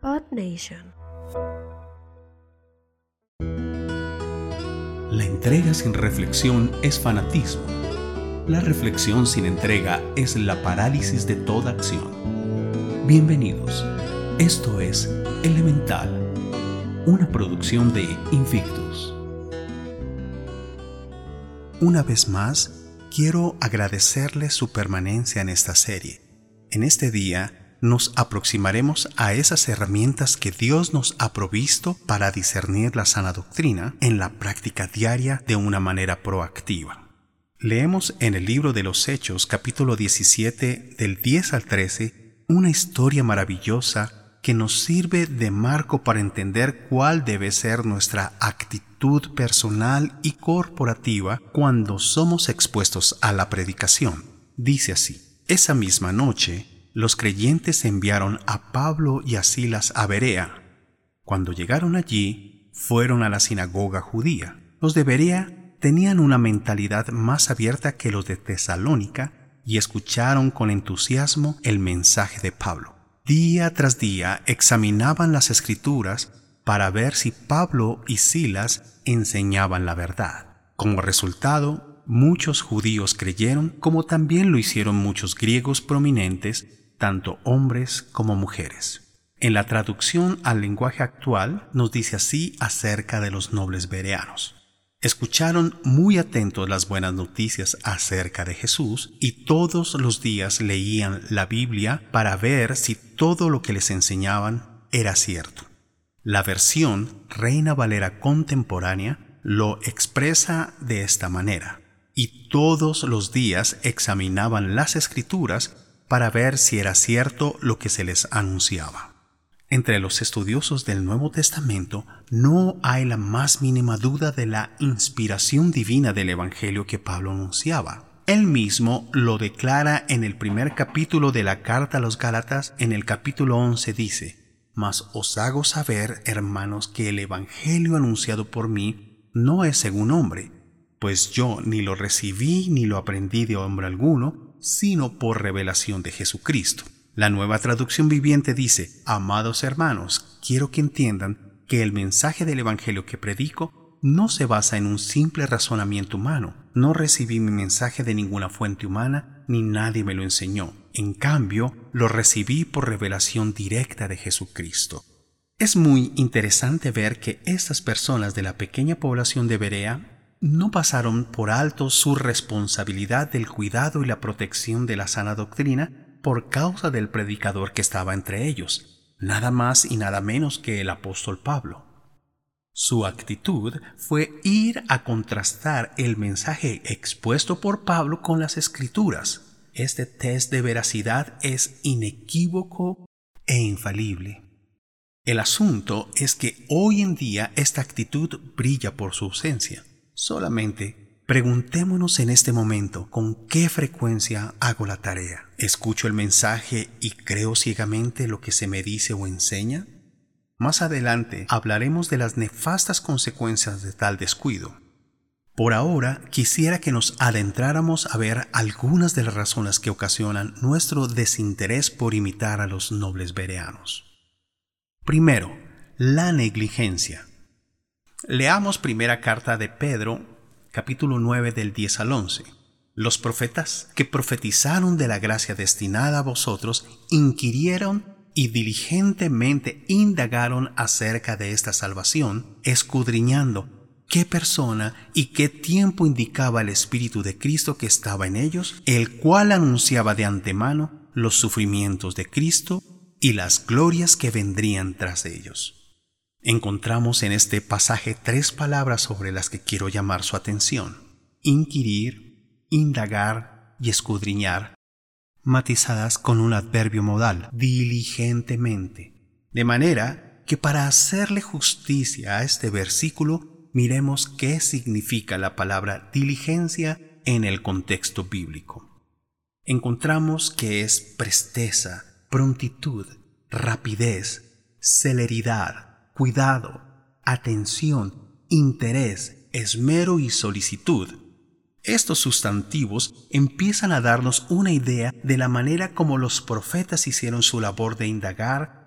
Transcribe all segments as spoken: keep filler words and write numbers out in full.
Earth Nation. La entrega sin reflexión es fanatismo. La reflexión sin entrega es la parálisis de toda acción. Bienvenidos. Esto es Elemental, una producción de Invictus. Una vez más, quiero agradecerles su permanencia en esta serie. En este día, nos aproximaremos a esas herramientas que Dios nos ha provisto para discernir la sana doctrina en la práctica diaria de una manera proactiva. Leemos en el libro de los Hechos, capítulo diecisiete, del diez al trece, una historia maravillosa que nos sirve de marco para entender cuál debe ser nuestra actitud personal y corporativa cuando somos expuestos a la predicación. Dice así: esa misma noche, los creyentes enviaron a Pablo y a Silas a Berea. Cuando llegaron allí, fueron a la sinagoga judía. Los de Berea tenían una mentalidad más abierta que los de Tesalónica y escucharon con entusiasmo el mensaje de Pablo. Día tras día examinaban las Escrituras para ver si Pablo y Silas enseñaban la verdad. Como resultado, muchos judíos creyeron, como también lo hicieron muchos griegos prominentes, tanto hombres como mujeres. En la traducción al lenguaje actual nos dice así acerca de los nobles bereanos: escucharon muy atentos las buenas noticias acerca de Jesús y todos los días leían la Biblia para ver si todo lo que les enseñaban era cierto. La versión Reina Valera contemporánea lo expresa de esta manera: y todos los días examinaban las Escrituras para ver si era cierto lo que se les anunciaba. Entre los estudiosos del Nuevo Testamento no hay la más mínima duda de la inspiración divina del Evangelio que Pablo anunciaba. Él mismo lo declara en el primer capítulo de la carta a los Gálatas. En el capítulo once dice: mas os hago saber, hermanos, que el Evangelio anunciado por mí no es según hombre, pues yo ni lo recibí ni lo aprendí de hombre alguno, sino por revelación de Jesucristo. La Nueva Traducción Viviente dice: amados hermanos, quiero que entiendan que el mensaje del Evangelio que predico no se basa en un simple razonamiento humano. No recibí mi mensaje de ninguna fuente humana, ni nadie me lo enseñó. En cambio, lo recibí por revelación directa de Jesucristo. Es muy interesante ver que estas personas de la pequeña población de Berea no pasaron por alto su responsabilidad del cuidado y la protección de la sana doctrina por causa del predicador que estaba entre ellos, nada más y nada menos que el apóstol Pablo. Su actitud fue ir a contrastar el mensaje expuesto por Pablo con las Escrituras. Este test de veracidad es inequívoco e infalible. El asunto es que hoy en día esta actitud brilla por su ausencia. Solamente preguntémonos en este momento con qué frecuencia hago la tarea. ¿Escucho el mensaje y creo ciegamente lo que se me dice o enseña? Más adelante hablaremos de las nefastas consecuencias de tal descuido. Por ahora quisiera que nos adentráramos a ver algunas de las razones que ocasionan nuestro desinterés por imitar a los nobles bereanos. Primero, la negligencia. Leamos primera carta de Pedro, capítulo nueve, del diez al once. Los profetas que profetizaron de la gracia destinada a vosotros inquirieron y diligentemente indagaron acerca de esta salvación, escudriñando qué persona y qué tiempo indicaba el Espíritu de Cristo que estaba en ellos, el cual anunciaba de antemano los sufrimientos de Cristo y las glorias que vendrían tras ellos. Encontramos en este pasaje tres palabras sobre las que quiero llamar su atención: inquirir, indagar y escudriñar, matizadas con un adverbio modal: diligentemente. De manera que para hacerle justicia a este versículo, miremos qué significa la palabra diligencia en el contexto bíblico. Encontramos que es presteza, prontitud, rapidez, celeridad, cuidado, atención, interés, esmero y solicitud. Estos sustantivos empiezan a darnos una idea de la manera como los profetas hicieron su labor de indagar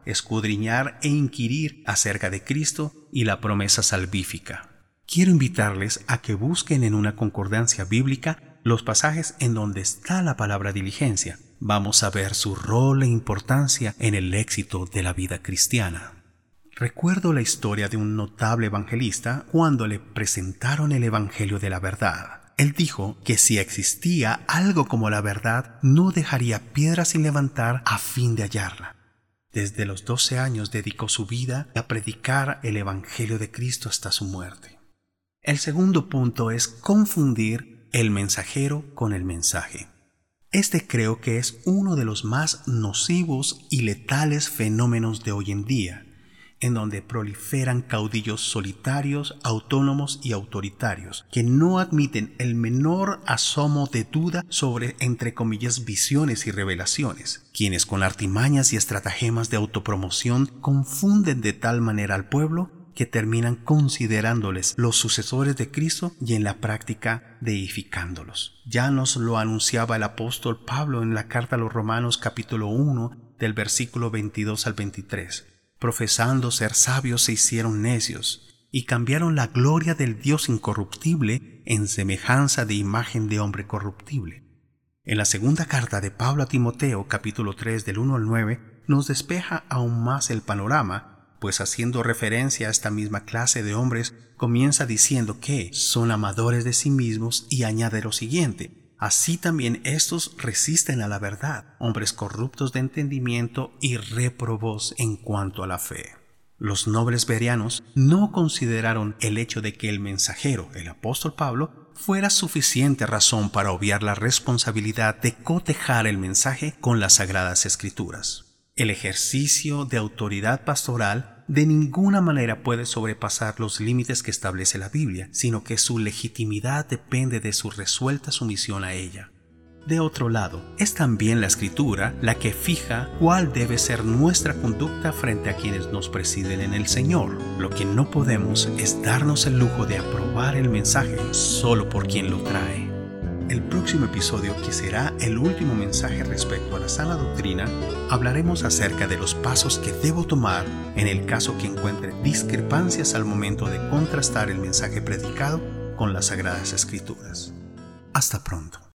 escudriñar e inquirir acerca de Cristo y la promesa salvífica. Quiero invitarles a que busquen en una concordancia bíblica los pasajes en donde está la palabra diligencia. Vamos a ver su rol e importancia en el éxito de la vida cristiana. Recuerdo la historia de un notable evangelista cuando le presentaron el Evangelio de la verdad. Él dijo que si existía algo como la verdad, no dejaría piedra sin levantar a fin de hallarla. Desde los doce años dedicó su vida a predicar el Evangelio de Cristo hasta su muerte. El segundo punto es confundir el mensajero con el mensaje. Este creo que es uno de los más nocivos y letales fenómenos de hoy en día, en donde proliferan caudillos solitarios, autónomos y autoritarios, que no admiten el menor asomo de duda sobre, entre comillas, visiones y revelaciones, quienes con artimañas y estratagemas de autopromoción confunden de tal manera al pueblo que terminan considerándoles los sucesores de Cristo y en la práctica deificándolos. Ya nos lo anunciaba el apóstol Pablo en la carta a los Romanos capítulo uno del versículo veintidós al veintitrés. Profesando ser sabios se hicieron necios y cambiaron la gloria del Dios incorruptible en semejanza de imagen de hombre corruptible. En la segunda carta de Pablo a Timoteo capítulo tres del uno al nueve nos despeja aún más el panorama, pues haciendo referencia a esta misma clase de hombres, comienza diciendo que son amadores de sí mismos y añade lo siguiente: así también estos resisten a la verdad, hombres corruptos de entendimiento y réprobos en cuanto a la fe. Los nobles bereanos no consideraron el hecho de que el mensajero, el apóstol Pablo, fuera suficiente razón para obviar la responsabilidad de cotejar el mensaje con las Sagradas Escrituras. El ejercicio de autoridad pastoral de ninguna manera puede sobrepasar los límites que establece la Biblia, sino que su legitimidad depende de su resuelta sumisión a ella. De otro lado, es también la Escritura la que fija cuál debe ser nuestra conducta frente a quienes nos presiden en el Señor. Lo que no podemos es darnos el lujo de aprobar el mensaje solo por quien lo trae. El próximo episodio, que será el último mensaje respecto a la sana doctrina, hablaremos acerca de los pasos que debo tomar en el caso que encuentre discrepancias al momento de contrastar el mensaje predicado con las Sagradas Escrituras. Hasta pronto.